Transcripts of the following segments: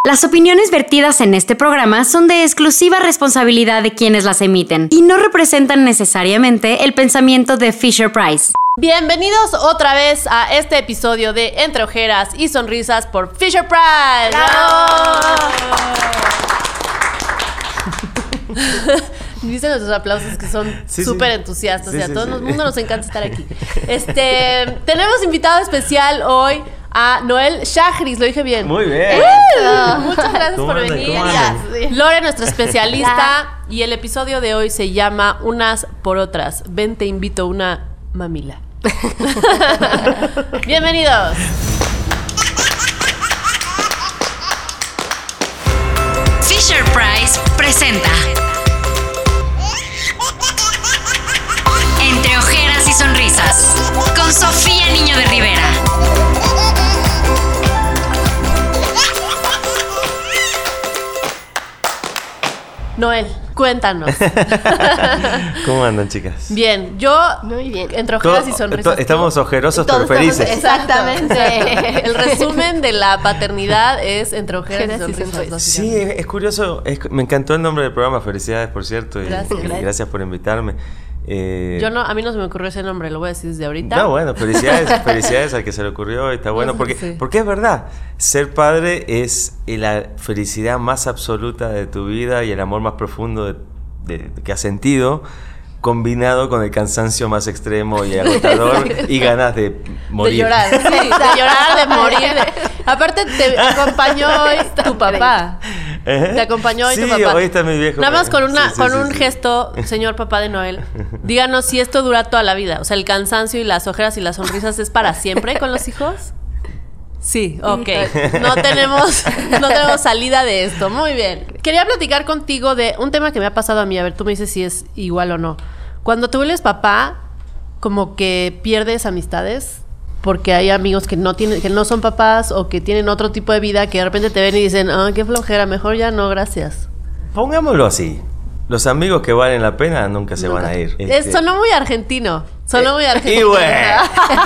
Las opiniones vertidas en este programa son de exclusiva responsabilidad de quienes las emiten y no representan necesariamente el pensamiento de Fisher-Price. Bienvenidos otra vez a este episodio de Entre Ojeras y Sonrisas por Fisher-Price. ¡Bravo! Dicen nuestros aplausos que son súper entusiastas. A todo el mundo nos encanta estar aquí. Tenemos invitado especial hoy a Noel Shahriz, lo dije bien. Muy bien. Muchas gracias por venir. Lore, nuestra especialista. Y el episodio de hoy se llama Unas por Otras. Ven, te invito a una mamila. Bienvenidos. Fisher-Price presenta Entre Ojeras y Sonrisas con Sofía Niño de Rivera. Noel, cuéntanos. ¿Cómo andan, chicas? Bien, yo muy bien. Entre ojeras y sonrisas. Estamos ojerosos pero felices. Exactamente. El resumen de la paternidad es entre ojeras y sonrisas. Sí, es curioso. Me encantó el nombre del programa. Felicidades, por cierto. Gracias por invitarme. A mí no se me ocurrió ese nombre, lo voy a decir desde ahorita. No, bueno, felicidades al que se le ocurrió, está bueno, porque es verdad, ser padre es la felicidad más absoluta de tu vida y el amor más profundo que has sentido, combinado con el cansancio más extremo y agotador y ganas de morir. De llorar, de morir. Aparte te acompañó hoy tu papá. Te acompañó hoy tu papá. Sí, hoy está mi viejo. Nada más con un gesto, señor papá de Noel, díganos si esto dura toda la vida. O sea, el cansancio y las ojeras y las sonrisas es para siempre con los hijos. Sí, ok. No tenemos salida de esto. Muy bien. Quería platicar contigo de un tema que me ha pasado a mí. A ver, tú me dices si es igual o no. Cuando te vuelves papá, como que pierdes amistades. Porque hay amigos que no son papás o que tienen otro tipo de vida que de repente te ven y dicen, qué flojera, mejor ya no, gracias. Pongámoslo así. Los amigos que valen la pena nunca se van a ir. Sonó muy argentino. Y bueno.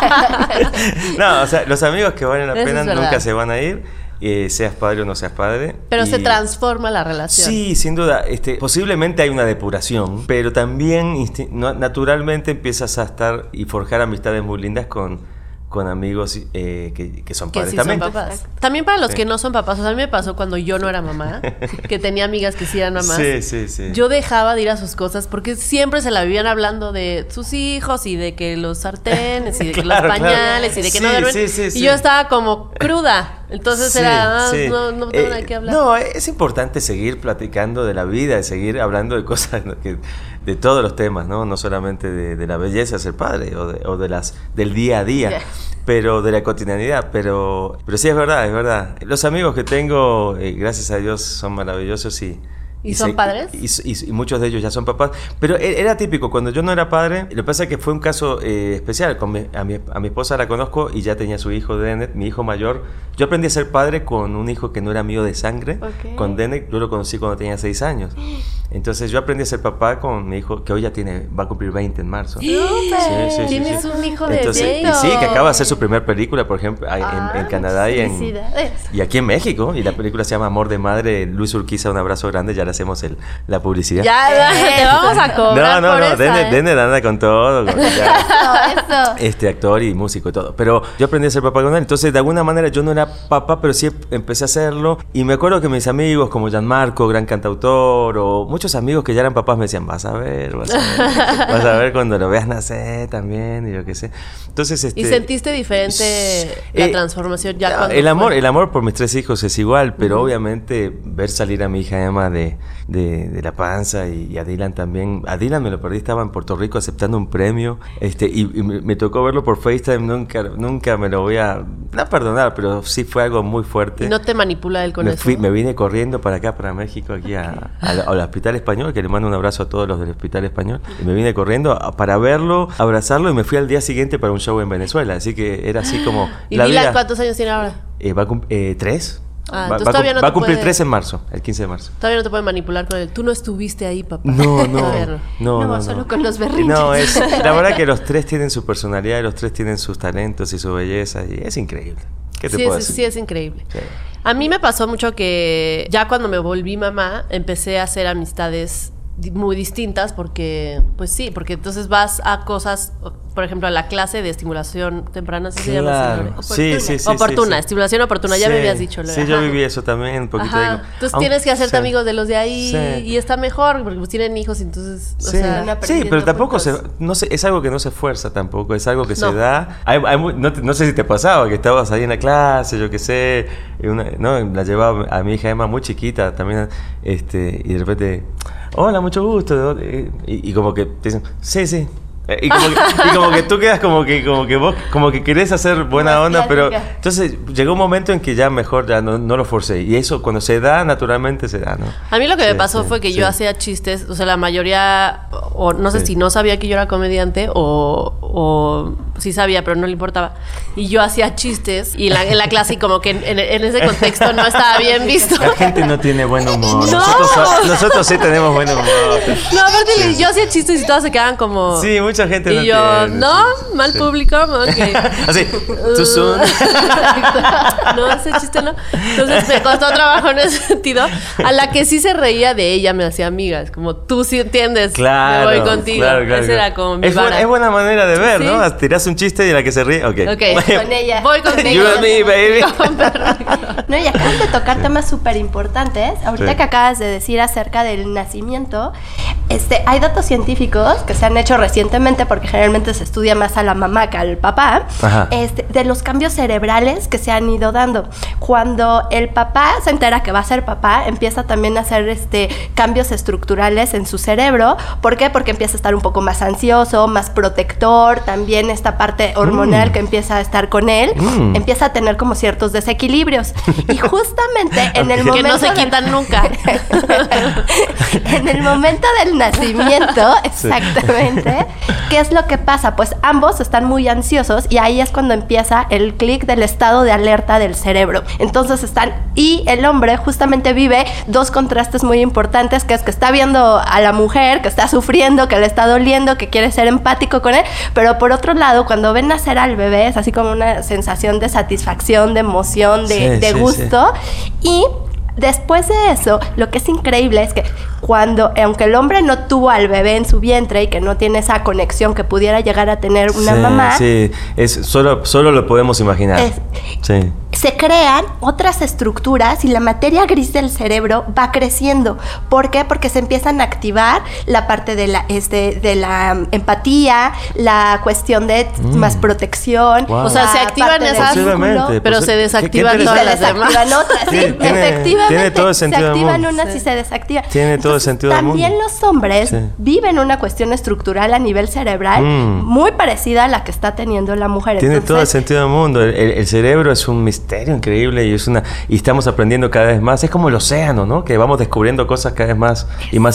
No, o sea, los amigos que valen la pena nunca se van a ir. Seas padre o no seas padre. Pero se transforma la relación. Sí, sin duda. Posiblemente hay una depuración, pero también naturalmente empiezas a estar y forjar amistades muy lindas con amigos que son padres también. Son papás. También para los que no son papás. O sea, a mí me pasó cuando yo no era mamá, que tenía amigas que sí eran mamás. Sí. Yo dejaba de ir a sus cosas porque siempre se la vivían hablando de sus hijos y de que los sartenes y de que los pañales y de que no duermen. Y yo estaba como cruda. Entonces no tengo nada que hablar. No, es importante seguir platicando de la vida, de seguir hablando de cosas de todos los temas, ¿no? No solamente de la belleza de ser padre o del día a día, pero de la cotidianidad. Pero sí es verdad. Los amigos que tengo, gracias a Dios, son maravillosos ¿Y son padres? Y muchos de ellos ya son papás. Pero era típico, cuando yo no era padre, lo que pasa es que fue un caso especial. A mi esposa la conozco y ya tenía su hijo, Dennett, mi hijo mayor. Yo aprendí a ser padre con un hijo que no era mío de sangre. Okay. Con Dennett, yo lo conocí cuando tenía 6 años. Entonces yo aprendí a ser papá con mi hijo, que hoy ya va a cumplir 20 en marzo. Sí. ¿Tienes un hijo de 20? Y sí, que acaba de hacer su primera película, por ejemplo, en Canadá y aquí en México. Y la película se llama Amor de Madre. Luis Urquiza, un abrazo grande, ya le hacemos la publicidad. Ya, te vamos a cobrar por esa. Dennett anda con todo. Eso. Actor y músico y todo. Pero yo aprendí a ser papá con él. Entonces, de alguna manera, yo no era papá, pero sí empecé a hacerlo. Y me acuerdo que mis amigos, como Gianmarco, gran cantautor, o muchos amigos que ya eran papás, me decían, vas a ver cuando lo veas nacer también, y yo qué sé. Entonces, ¿Y sentiste diferente la transformación ya cuando el amor por mis 3 hijos es igual, pero obviamente ver salir a mi hija Emma de la panza y a Dylan también. A Dylan me lo perdí, estaba en Puerto Rico aceptando un premio y me tocó verlo por FaceTime. Nunca me lo voy a perdonar, pero sí fue algo muy fuerte. ¿Y no te manipula él con eso? Me vine corriendo para acá, para México, aquí al Hospital Español, que le mando un abrazo a todos los del Hospital Español. Y me vine corriendo para verlo, abrazarlo, y me fui al día siguiente para un show en Venezuela. Así que era así como ¿Y Dylan cuántos años tiene ahora? Va a cumplir 3. Va a cumplir 3 en marzo, el 15 de marzo. Todavía no te pueden manipular con él. Tú no estuviste ahí, papá. No, solo con los berrinches. No, la verdad que los 3 tienen su personalidad, y los 3 tienen sus talentos y su belleza, y es increíble. ¿Qué te puedo decir? Sí, es increíble. Sí. A mí me pasó mucho que ya cuando me volví mamá, empecé a hacer amistades muy distintas porque, pues sí, porque entonces vas a cosas, por ejemplo, a la clase de estimulación temprana, ¿sí se llama? Sí. Oportuna, estimulación oportuna, ya me habías dicho. Sí, yo viví eso también, un poquito. Entonces tienes que hacerte amigos de los de ahí y está mejor porque pues tienen hijos, entonces, o sea, sí, pero tampoco no sé, es algo que no se fuerza tampoco, es algo que se da. No sé si te pasaba que estabas ahí en la clase, yo qué sé, la llevaba a mi hija Emma muy chiquita también, y de repente, hola, mucho gusto, y como que te dicen, sí. Y como que tú quedas como que vos como que querés hacer buena onda, pero entonces llegó un momento en que ya mejor ya no lo forcé, y eso cuando se da naturalmente se da, ¿no? A mí lo que me pasó fue que yo hacía chistes, o sea, la mayoría, o no sé si no sabía que yo era comediante o sí sabía, pero no le importaba, y yo hacía chistes y en la clase, y como que en ese contexto no estaba bien visto. La gente no tiene buen humor. No. Nosotros sí tenemos buen humor. No, aparte yo hacía chistes y todos se quedaban como... Sí, mucha gente no y yo, tiene. mal público, okay. Así, tú son. No, ese chiste no. Entonces me costó trabajo en ese sentido. A la que sí se reía de ella me hacía amigas, como tú sí entiendes, me voy contigo. Claro, esa era como mi vara. Es buena manera de ver, ¿no? Tirás un chiste y a la que se ríe, ok. Con ella. Voy contigo. You and me, baby. No, y acabas de tocar temas súper importantes. Ahorita que acabas de decir acerca del nacimiento, hay datos científicos que se han hecho recientemente, porque generalmente se estudia más a la mamá que al papá, de los cambios cerebrales que se han ido dando. Cuando el papá se entera que va a ser papá, empieza también a hacer cambios estructurales en su cerebro. ¿Por qué? Porque empieza a estar un poco más ansioso, más protector, también esta parte hormonal que empieza a estar con él, empieza a tener como ciertos desequilibrios. Y justamente en el momento... Que no se quitan nunca. En el momento del nacimiento, exactamente, ¿qué es lo que pasa? Pues ambos están muy ansiosos y ahí es cuando empieza el clic del estado de alerta del cerebro. Entonces y el hombre justamente vive dos contrastes muy importantes, que es que está viendo a la mujer que está sufriendo, que le está doliendo, que quiere ser empático con él, pero por otro lado, cuando ven nacer al bebé es así como una sensación de satisfacción, de emoción, de gusto. Y después de eso, lo que es increíble es que aunque el hombre no tuvo al bebé en su vientre y que no tiene esa conexión que pudiera llegar a tener una mamá, solo lo podemos imaginar. Se crean otras estructuras y la materia gris del cerebro va creciendo. ¿Por qué? Porque se empiezan a activar la parte de la empatía, la cuestión de más protección. Wow. O sea, se activan esas, pero se desactivan todas las demás. Otras, efectivamente. Tiene todo el sentido del mundo. Se activan unas y se desactivan. Tiene todo el sentido del mundo. También los hombres viven una cuestión estructural a nivel cerebral muy parecida a la que está teniendo la mujer. Tiene todo el sentido del mundo. El cerebro es un misterio increíble y estamos aprendiendo cada vez más. Es como el océano, ¿no? Que vamos descubriendo cosas cada vez más y más.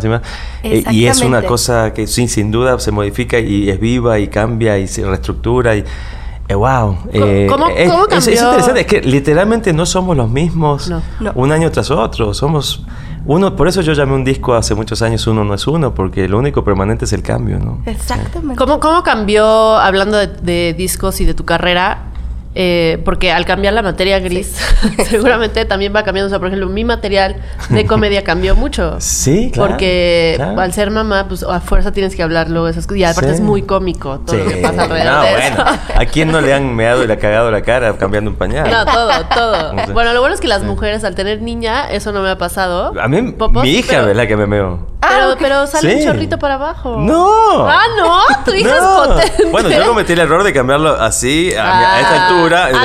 Y es una cosa que sin duda se modifica y es viva y cambia y se reestructura y... wow. ¿Cómo cambió? Es interesante, es que literalmente no somos los mismos un año tras otro. Somos uno, por eso yo llamé un disco hace muchos años Uno no es uno, porque lo único permanente es el cambio, ¿no? Exactamente. ¿Cómo cambió, hablando de discos y de tu carrera? Porque al cambiar la materia gris, seguramente también va cambiando. O sea, por ejemplo, mi material de comedia cambió mucho. Sí, claro. Porque al ser mamá, pues a fuerza tienes que hablar luego de esas cosas. Y aparte es muy cómico todo lo que pasa alrededor de eso. ¿A quién no le han meado y le ha cagado la cara cambiando un pañal? No, todo. Bueno, lo bueno es que las mujeres, al tener niña, eso no me ha pasado. A mí, mi hija es la que me meó. Pero sale un chorrito para abajo. ¡No! No, tu hija es potente. Bueno, yo cometí el error de cambiarlo así, a esta altura, de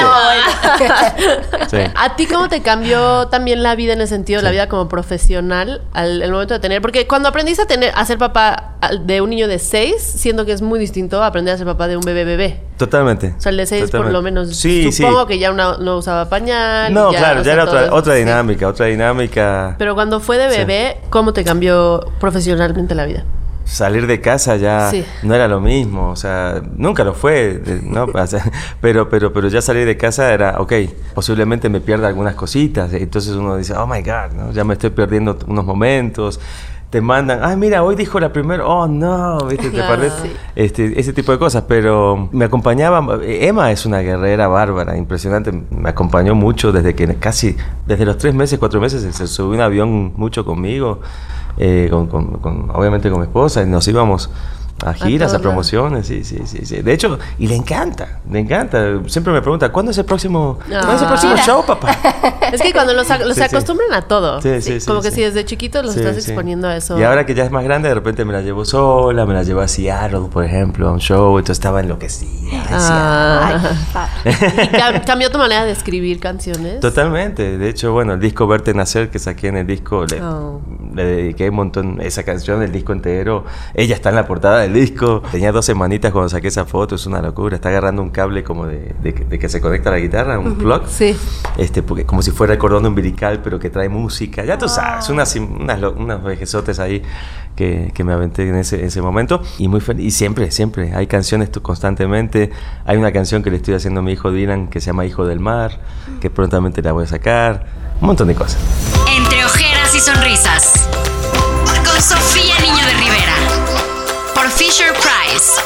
frente. ¿A ti cómo te cambió también la vida en ese sentido, la vida como profesional, el momento de tener? Porque cuando aprendiste a ser papá de un niño de 6, siento que es muy distinto a aprender a ser papá de un bebé. Totalmente. O sea, el de 6 por lo menos, sí, supongo que ya no usaba pañal. No, claro, ya era otra dinámica. Pero cuando fue de bebé, ¿cómo te cambió profesionalmente la vida? Salir de casa ya no era lo mismo, o sea, nunca lo fue, ¿no? O sea, pero ya salir de casa era, posiblemente me pierda algunas cositas, entonces uno dice, oh my God, ¿no? Ya me estoy perdiendo unos momentos. te mandan, mira, hoy dijo la primera, oh no, ¿viste? ¿Te parece? Sí. Ese tipo de cosas, pero me acompañaba, Emma es una guerrera bárbara, impresionante, me acompañó mucho desde los 3 meses, 4 meses, se subió un avión mucho conmigo, obviamente con mi esposa, y nos íbamos a giras, a promociones, sí. De hecho, y le encanta. Siempre me pregunta, ¿cuándo es el próximo show, papá? Es que cuando los acostumbran a todo. Sí, como que si desde chiquitos los estás exponiendo a eso. Y ahora que ya es más grande, de repente me la llevo sola, me la llevo a Seattle, por ejemplo, a un show, entonces estaba enloquecida. ¿Y cambió tu manera de escribir canciones? Totalmente. De hecho, bueno, el disco Verte Nacer que saqué en el disco, le dediqué un montón esa canción, el disco entero. Ella está en la portada del disco. Tenía 2 semanitas cuando saqué esa foto, es una locura. Está agarrando un cable como de que se conecta a la guitarra, un plug. Sí. Porque como si fuera el cordón umbilical, pero que trae música. Ya tú sabes, unas vejesotes ahí que me aventé en ese momento. Y muy feliz. Y siempre hay canciones constantemente. Hay una canción que le estoy haciendo a mi hijo Dylan que se llama Hijo del Mar, que prontamente la voy a sacar. Un montón de cosas. Entre ojeras y sonrisas. Con Sofía Niño de Rivera. Por Fisher Price.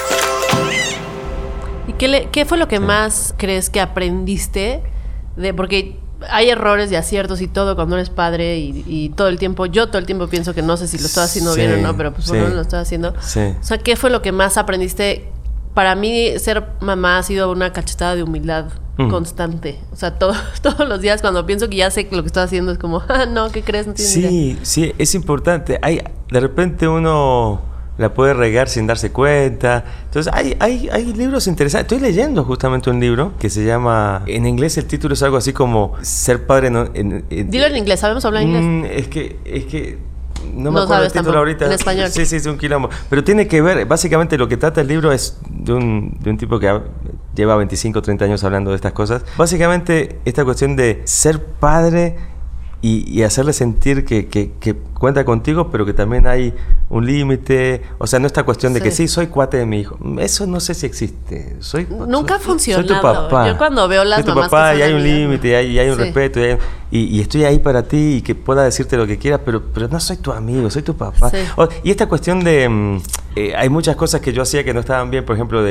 ¿Y qué fue lo que más crees que aprendiste? Porque hay errores y aciertos y todo cuando eres padre y todo el tiempo pienso que no sé si lo estoy haciendo bien o no, pero pues por lo menos lo estoy haciendo. Sí. O sea, ¿qué fue lo que más aprendiste? Para mí ser mamá ha sido una cachetada de humildad constante. O sea, todos los días cuando pienso que ya sé que lo que estoy haciendo es como, no, ¿qué crees? No tienes idea. Sí, es importante. De repente uno la puede regar sin darse cuenta. Entonces hay libros interesantes. Estoy leyendo justamente un libro que se llama, en inglés el título es algo así como Ser padre Dilo en inglés, ¿sabemos hablar inglés? Es que no me acuerdo el título ahorita. En español. Sí, es un quilombo. Pero tiene que ver, básicamente lo que trata el libro es de un tipo que lleva 25 o 30 años hablando de estas cosas. Básicamente esta cuestión de ser padre y hacerle sentir que cuenta contigo, pero que también hay un límite. O sea, no esta cuestión de que sí, soy cuate de mi hijo. Eso no sé si existe. Nunca ha funcionado. Soy tu papá. Yo cuando veo las soy mamás tu papá y hay un límite, y hay un respeto, y estoy ahí para ti y que pueda decirte lo que quieras, pero no soy tu amigo, soy tu papá. Sí. Y esta cuestión de... hay muchas cosas que yo hacía que no estaban bien, por ejemplo,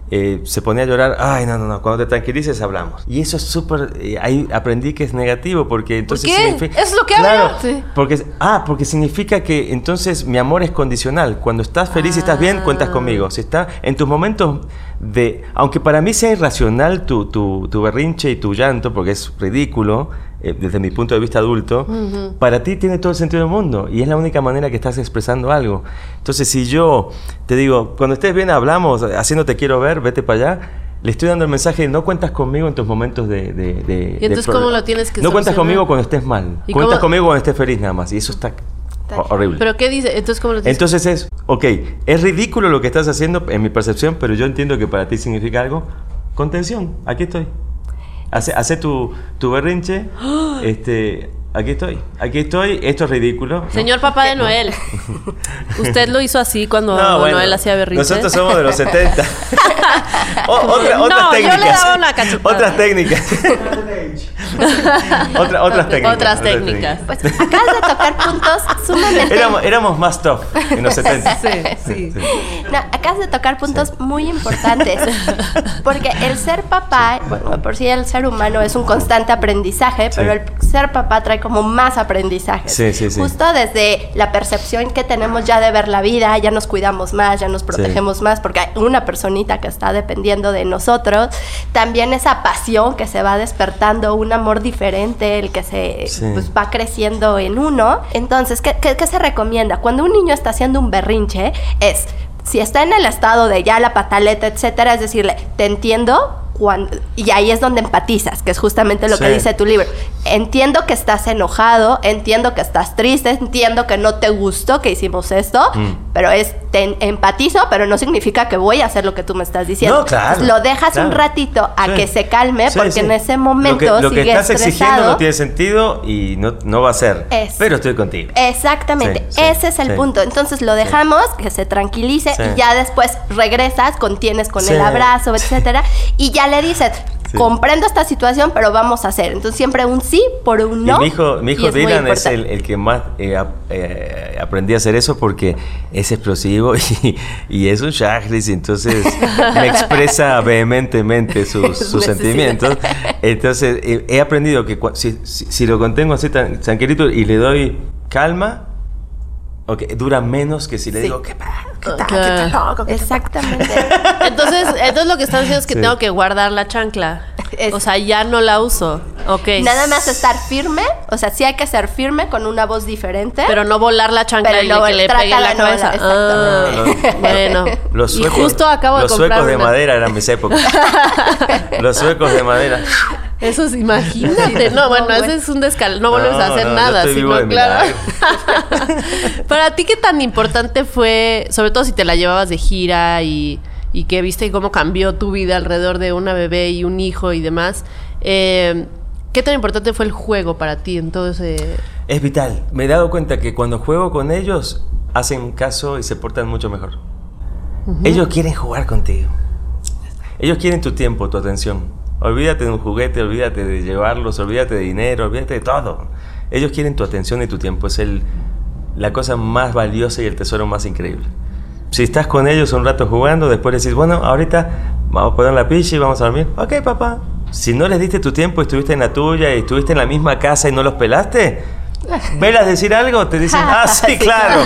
se ponía a llorar, no, cuando te tranquilices hablamos. Y eso es súper, ahí aprendí que es negativo, porque entonces ¿por qué? Significa, es lo que claro, hablo. Sí. Porque significa que entonces mi amor es condicional. Cuando estás feliz y estás bien, cuentas conmigo. Si está en tus momentos aunque para mí sea irracional tu berrinche y tu llanto, porque es ridículo, desde mi punto de vista adulto, para ti tiene todo el sentido del mundo y es la única manera que estás expresando algo. Entonces, si yo te digo, cuando estés bien hablamos, haciendo te quiero ver, vete para allá, le estoy dando el mensaje de no cuentas conmigo en tus momentos de ¿Y entonces cómo lo tienes que no cuentas conmigo cuando estés mal, cuentas conmigo cuando estés feliz nada más, y eso está horrible. ¿Pero qué dice? Entonces, ¿cómo lo tienes? Entonces es ridículo lo que estás haciendo en mi percepción, pero yo entiendo que para ti significa algo. Contención, aquí estoy. Hace tu berrinche, aquí estoy, esto es ridículo. Señor Papá de Noel, ¿usted lo hizo así cuando Noel hacía berrinche? Nosotros somos de los 70. Otras técnicas. Yo le daba una cachetada. Otras técnicas. Otras técnicas. Pues acabas de tocar puntos sumamente... Éramos más tough en los 70. Sí. No, acabas de tocar puntos muy importantes. Porque el ser papá, bueno, por sí el ser humano es un constante aprendizaje, pero el ser papá trae como más aprendizajes. Sí. Justo desde la percepción que tenemos ya de ver la vida, ya nos cuidamos más, ya nos protegemos más, porque hay una personita que está dependiendo de nosotros. También esa pasión que se va despertando, un amor diferente, el que se pues, va creciendo en uno. Entonces, ¿qué se recomienda? Cuando un niño está haciendo un berrinche, si está en el estado de ya la pataleta, etcétera, es decirle, te entiendo, y ahí es donde empatizas, que es justamente lo que dice tu libro. Entiendo que estás enojado, entiendo que estás triste, entiendo que no te gustó que hicimos esto, pero te empatizo, pero no significa que voy a hacer lo que tú me estás diciendo. No, claro. Lo dejas un ratito a que se calme, porque en ese momento lo que sigue estás estresado. exigiendo no tiene sentido y no va a ser. Pero estoy contigo. Exactamente. Ese es el punto. Entonces lo dejamos, que se tranquilice, y ya después regresas, contienes con el abrazo, etcétera, y ya le dices, comprendo esta situación, pero vamos a hacer. Entonces siempre un sí por un no. Y mi hijo Dylan es el que más aprendí a hacer eso porque es explosivo y es un Shaglis, entonces me expresa vehementemente sus sentimientos. Entonces he aprendido que si lo contengo así tan querido y le doy calma, dura menos que si le digo ¿qué tal? Exactamente. Entonces lo que están diciendo es que tengo que guardar la chancla. O sea, ya no la uso. Nada más estar firme. O sea, sí hay que ser firme con una voz diferente. Pero no volar la chancla y que le pegue en la cabeza. Bueno. Los suecos, y justo acabo de comprar los suecos de madera eran mis épocas. Los suecos de madera. Eso es, imagínate. No, bueno, ese es un descal. No vuelves a hacer nada. Sino, claro. Para ti, ¿qué tan importante fue, sobre todo si te la llevabas de gira y que viste cómo cambió tu vida alrededor de una bebé y un hijo y demás? ¿Qué tan importante fue el juego para ti en todo ese...? Es vital. Me he dado cuenta que cuando juego con ellos, hacen caso y se portan mucho mejor. Ellos quieren jugar contigo. Ellos quieren tu tiempo, tu atención. Olvídate de un juguete, olvídate de llevarlos, olvídate de dinero, olvídate de todo. Ellos quieren tu atención y tu tiempo. Es la cosa más valiosa y el tesoro más increíble. Si estás con ellos un rato jugando, después decís, bueno, ahorita vamos a poner la picha y vamos a dormir. Ok, papá. Si no les diste tu tiempo, estuviste en la tuya y estuviste en la misma casa y no los pelaste, ¿velas decir algo? Te dicen, sí, claro.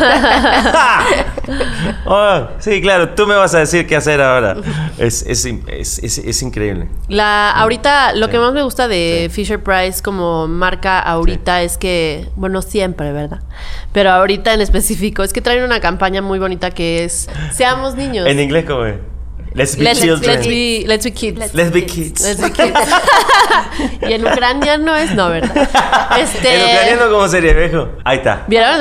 Sí, claro, tú me vas a decir qué hacer ahora. Es increíble. Ahorita, lo que más me gusta de Fisher-Price como marca ahorita es que, bueno, siempre, ¿verdad? Pero ahorita en específico, es que traen una campaña muy bonita que es Seamos niños. ¿En inglés cómo es? Let's be children. Let's be kids. Let's be kids. Let's be kids. Y en ucraniano es no, ¿verdad? En ucraniano, ¿cómo sería, viejo? Ahí está. ¿Vieron?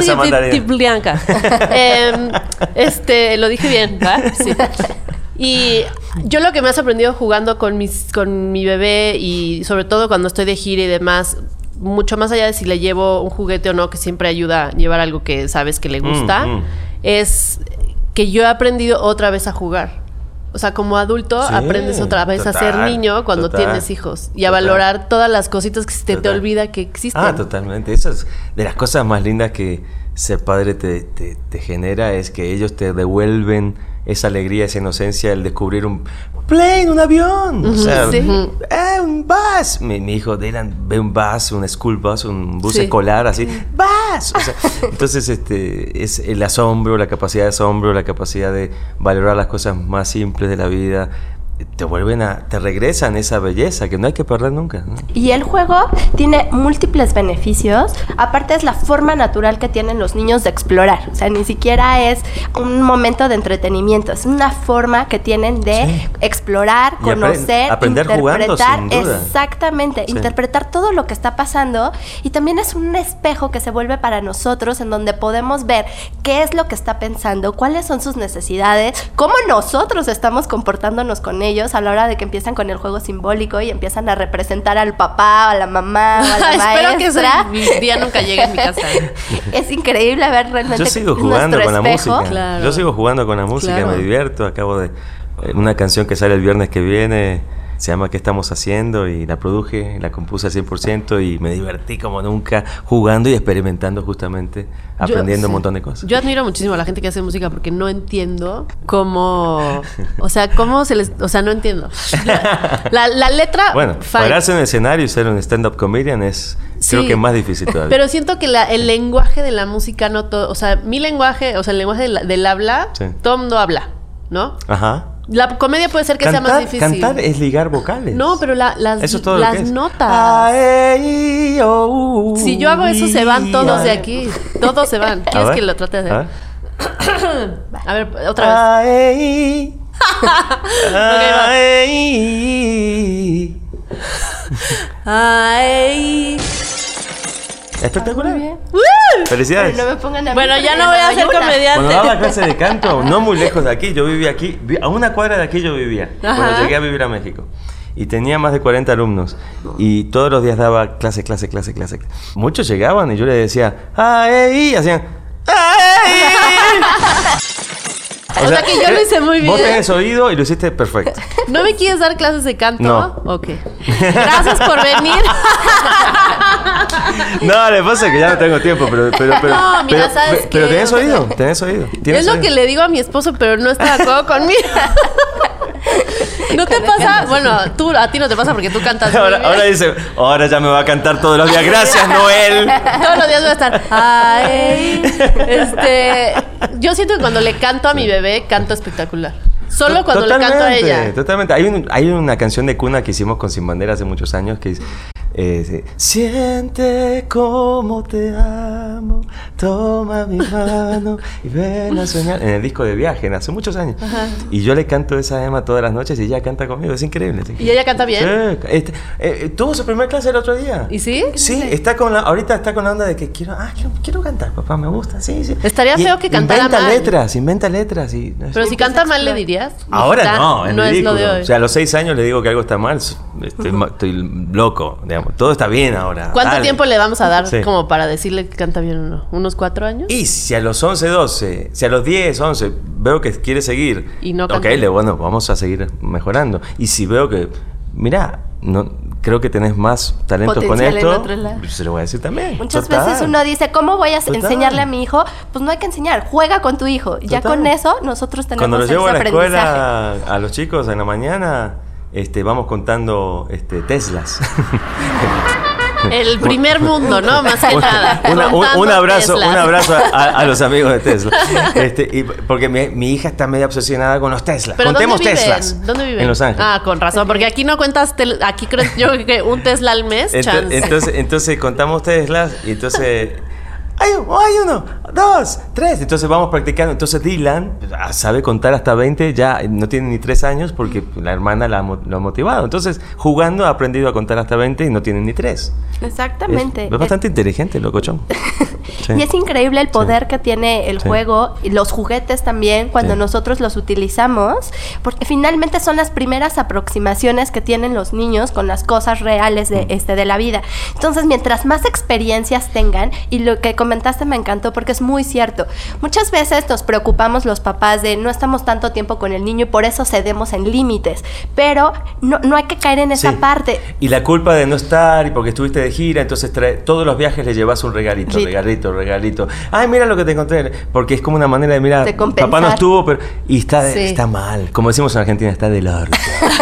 Lo dije bien, ¿verdad? Sí. Y yo lo que me ha sorprendido jugando con mi bebé y sobre todo cuando estoy de gira y demás, mucho más allá de si le llevo un juguete o no, que siempre ayuda a llevar algo que sabes que le gusta, es que yo he aprendido otra vez a jugar. O sea, como adulto aprendes otra vez a ser niño cuando tienes hijos y a valorar todas las cositas que te olvida que existen. Totalmente. Eso es de las cosas más lindas que ser padre te genera, es que ellos te devuelven esa alegría, esa inocencia, el descubrir un plane, un avión, o sea, un bus. Mi hijo Dylan ve un bus, un school bus, un bus escolar, así, bus. O sea, entonces es el asombro, la capacidad de asombro, la capacidad de valorar las cosas más simples de la vida. Te regresan esa belleza que no hay que perder nunca, ¿no? Y el juego tiene múltiples beneficios. Aparte es la forma natural que tienen los niños de explorar. O sea, ni siquiera es un momento de entretenimiento. Es una forma que tienen de explorar, conocer, aprender interpretar. Jugando, sin duda. Exactamente. Interpretar todo lo que está pasando. Y también es un espejo que se vuelve para nosotros, en donde podemos ver qué es lo que está pensando, cuáles son sus necesidades, cómo nosotros estamos comportándonos con ellos a la hora de que empiezan con el juego simbólico y empiezan a representar al papá, a la mamá, o a la maestra. Espero que mi día nunca llegue en mi casa. Es increíble ver realmente. Yo sigo jugando con la música. Claro. Yo sigo jugando con la música, me divierto. Acabo de una canción que sale el viernes que viene. Se llama ¿Qué estamos haciendo? Y la produje, la compuse al 100% y me divertí como nunca jugando y experimentando, justamente, aprendiendo un montón de cosas. Yo admiro muchísimo a la gente que hace música porque no entiendo cómo... O sea, cómo se les... O sea, no entiendo. La letra... Bueno, pararse en el escenario y ser un stand-up comedian es... Creo que es más difícil todavía. Pero siento que el lenguaje de la música no todo... O sea, mi lenguaje, o sea, el lenguaje del habla, todo el mundo habla, ¿no? Ajá. La comedia puede ser que sea más difícil. Cantar es ligar vocales. No, pero las notas. Si yo hago eso, se van todos de aquí. Todos se van. ¿Quieres que lo trate de hacer? A ver, otra vez. Espectacular. Felicidades. No me pongan a mí, bueno, ya no voy a ser comediante. Cuando daba clase de canto, no muy lejos de aquí, yo vivía aquí, a una cuadra de aquí yo vivía, cuando llegué a vivir a México. Y tenía más de 40 alumnos. Y todos los días daba clase. Muchos llegaban y yo les decía, ¡ay! Hacían, ¡ay! O sea, que yo lo hice muy bien. Vos tenés oído y lo hiciste perfecto. ¿No me quieres dar clases de canto? No. Ok. Gracias por venir. No, le pasa que ya no tengo tiempo, pero No, mira, ¿sabes pero qué? tenés oído, tenés oído. Es lo que le digo a mi esposo, pero no está de acuerdo conmigo. ¿No te pasa? Bueno, a ti no te pasa porque tú cantas muy bien. Ahora dice, ahora ya me va a cantar todos los días. Gracias, Noel. Todos los días voy a estar. Ay. Yo siento que cuando le canto a mi bebé, canto espectacular. Solo cuando le canto a ella. Totalmente. Hay una canción de cuna que hicimos con Sin Bandera hace muchos años que es siente como te amo, toma mi mano y ven a soñar. En el disco de Viaje, hace muchos años. Ajá. Y yo le canto esa Emma todas las noches y ella canta conmigo. Es increíble. ¿Y ella canta bien? Sí. Tuvo su primer clase el otro día. ¿Y sí? Sí, ahorita está con la onda de que quiero cantar, papá, me gusta. Sí. Estaría feo que cantara mal. Inventa letras. Pero si canta mal, ¿le dirías? Ahora no, es ridículo. Lo de hoy. O sea, a los 6 años le digo que algo está mal, estoy loco, digamos. Todo está bien ahora. ¿Cuánto tiempo le vamos a dar como para decirle que canta bien o no? ¿Unos 4 años? Y si a los 11, 12, si a los 10, 11 veo que quiere seguir, y no canta. Bueno, vamos a seguir mejorando. Y si veo que, mira, no, creo que tenés más talento potencial con esto, en otro lado. Se lo voy a decir también. Muchas veces uno dice, ¿cómo voy a enseñarle a mi hijo? Pues no hay que enseñar, juega con tu hijo. Ya con eso nosotros tenemos cuando los ese llevo a la aprendizaje. escuela a los chicos en la mañana, vamos contando Teslas. El primer mundo, ¿no? Más que nada. Un abrazo a los amigos de Tesla. Porque mi hija está medio obsesionada con los Teslas. ¿Pero contemos dónde viven? Teslas. ¿Dónde viven? En Los Ángeles. Ah, con razón, porque aquí no cuentas, aquí creo yo que un Tesla al mes, entonces contamos Teslas y entonces hay 1, 2, 3. Entonces vamos practicando. Entonces Dylan sabe contar hasta 20, ya no tiene ni 3 años porque la hermana lo ha motivado. Entonces, jugando ha aprendido a contar hasta 20 y no tiene ni 3. Exactamente. Es bastante inteligente, locochón. Sí. Y es increíble el poder que tiene el juego y los juguetes también cuando nosotros los utilizamos, porque finalmente son las primeras aproximaciones que tienen los niños con las cosas reales de la vida. Entonces, mientras más experiencias tengan, y lo que comentaste me encantó porque es muy cierto. Muchas veces nos preocupamos los papás de no estamos tanto tiempo con el niño y por eso cedemos en límites, pero no hay que caer en esa parte. Y la culpa de no estar y porque estuviste de gira, entonces todos los viajes le llevas un regalito. Ay, mira lo que te encontré, porque es como una manera de mirar, papá no estuvo, pero y está mal, como decimos en Argentina, está del orto.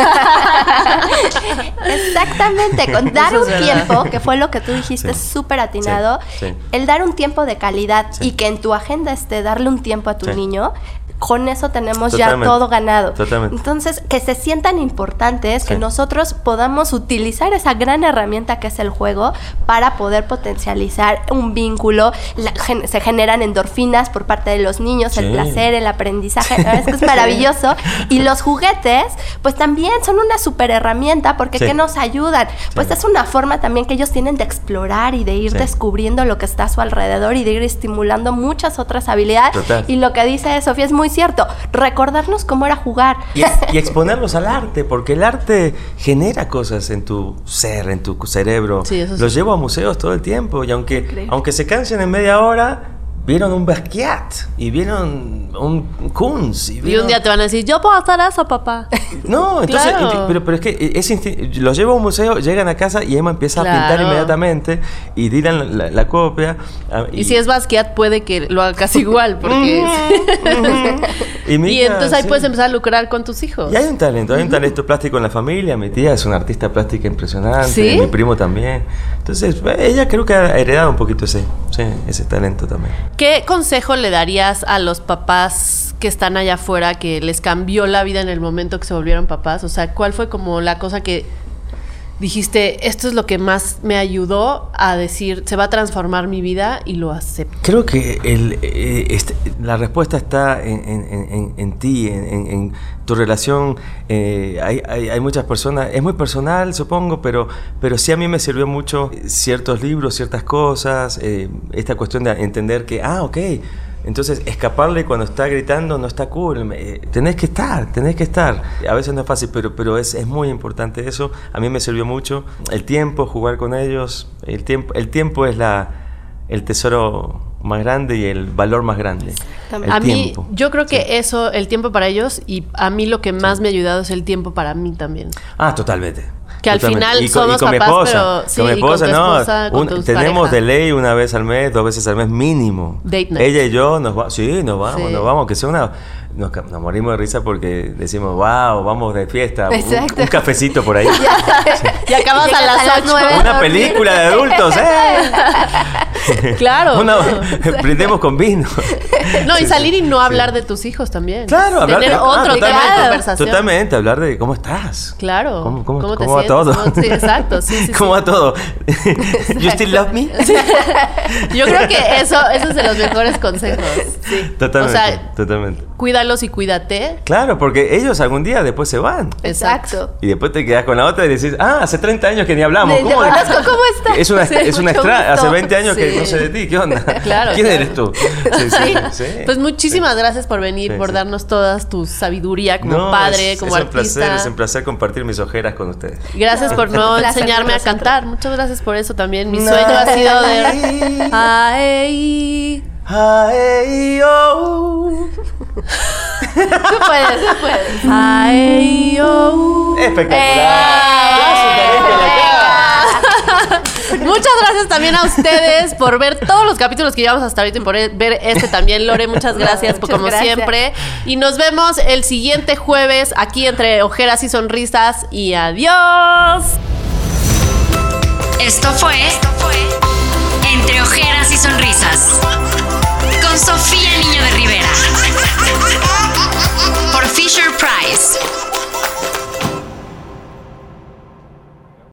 Exactamente, con dar un tiempo, que fue lo que tú dijiste, súper atinado, el dar un tiempo de calidad y que en tu agenda esté darle un tiempo a tu niño, con eso tenemos ya todo ganado. Totalmente. Entonces, que se sientan importantes, que nosotros podamos utilizar esa gran herramienta que es el juego para poder potencializar un vínculo. Se generan endorfinas por parte de los niños, el placer, el aprendizaje, la verdad es que es maravilloso. Y los juguetes, pues también son una super herramienta porque ¿qué nos ayudan? Pues es una forma también que ellos tienen de explorar y de ir descubriendo lo que está a su alrededor y de ir estimulando muchas otras habilidades. Total. Y lo que dice Sofía es muy cierto, recordarnos cómo era jugar. Y exponerlos al arte, porque el arte genera cosas en tu ser, en tu cerebro. Sí, eso sí. Los llevo a museos todo el tiempo y aunque se cansen en media hora, vieron un Basquiat y vieron un Kunz. Y un día te van a decir, yo puedo hacer eso, papá. No, entonces, Claro. pero es que los llevo a un museo, llegan a casa y Emma empieza a pintar inmediatamente y Dylan la copia. Y si es Basquiat, puede que lo haga casi igual, porque... Y entonces ahí puedes empezar a lucrar con tus hijos. Y hay un talento plástico en la familia. Mi tía es una artista plástica impresionante. ¿Sí? Mi primo también. Entonces, ella creo que ha heredado un poquito ese talento también. ¿Qué consejo le darías a los papás que están allá afuera que les cambió la vida en el momento que se volvieron papás? O sea, ¿cuál fue como la cosa que dijiste, esto es lo que más me ayudó a decir, se va a transformar mi vida y lo acepto? Creo que la respuesta está en ti, en tu relación. Hay muchas personas, es muy personal supongo, pero sí a mí me sirvió mucho ciertos libros, ciertas cosas, esta cuestión de entender que, ok, entonces escaparle cuando está gritando no está cool, tenés que estar. A veces no es fácil, pero es muy importante eso. A mí me sirvió mucho el tiempo, jugar con ellos. El tiempo es el tesoro más grande y el valor más grande. El a tiempo. mí, yo creo que eso, el tiempo para ellos, y a mí lo que más me ha ayudado es el tiempo para mí también. Ah, totalmente. Que al final y somos con mi papás, esposa, pero sí, con mi y con tu esposa, esposa, con tus tenemos parejas. de ley una vez al mes, 2 veces al mes mínimo. Date night. Ella y yo nos vamos, Sí. nos vamos, que sea nos morimos de risa porque decimos, wow, vamos de fiesta, Exacto. un cafecito por ahí. Y acabas a Llegas las a las 8. 9. Una película de adultos, Claro. Brindemos con vino. No, y salir y no hablar de tus hijos también. Claro, hablar Tener otro tema de totalmente, conversación. totalmente, hablar de cómo estás. Claro. ¿Cómo te va sientes? todo? Sí, exacto. Sí, ¿Cómo va todo? ¿You still love me? Yo creo que eso es de los mejores consejos. Sí. Totalmente, O sea, totalmente. cuídalos y cuídate. Claro, porque ellos algún día después se van. Exacto. Y después te quedas con la otra y decís, hace 30 años que ni hablamos. Te conozco, ¿cómo estás? Es una Sí, extra. mucho gusto. Hace 20 años que Sí. no sé de ti. ¿Qué onda? Claro, ¿Quién claro. eres tú? Sí. Pues muchísimas gracias por venir, Sí, por sí. darnos todas tu sabiduría como No, padre, es como un artista. placer, es un placer compartir mis ojeras con ustedes. Gracias por no Un placer enseñarme a para nosotros. cantar. Muchas gracias por eso también. Mi sueño ha sido de... Ay. Ay, oh. Tú puedes. Ay, oh. Muchas gracias también a ustedes por ver todos los capítulos que llevamos hasta ahorita y por ver este también. Lore, muchas gracias, Muchas como gracias. siempre. Y nos vemos el siguiente jueves aquí entre Ojeras y Sonrisas. Y adiós. Esto fue Entre Ojeras y Sonrisas con Sofía Niño de Rivera.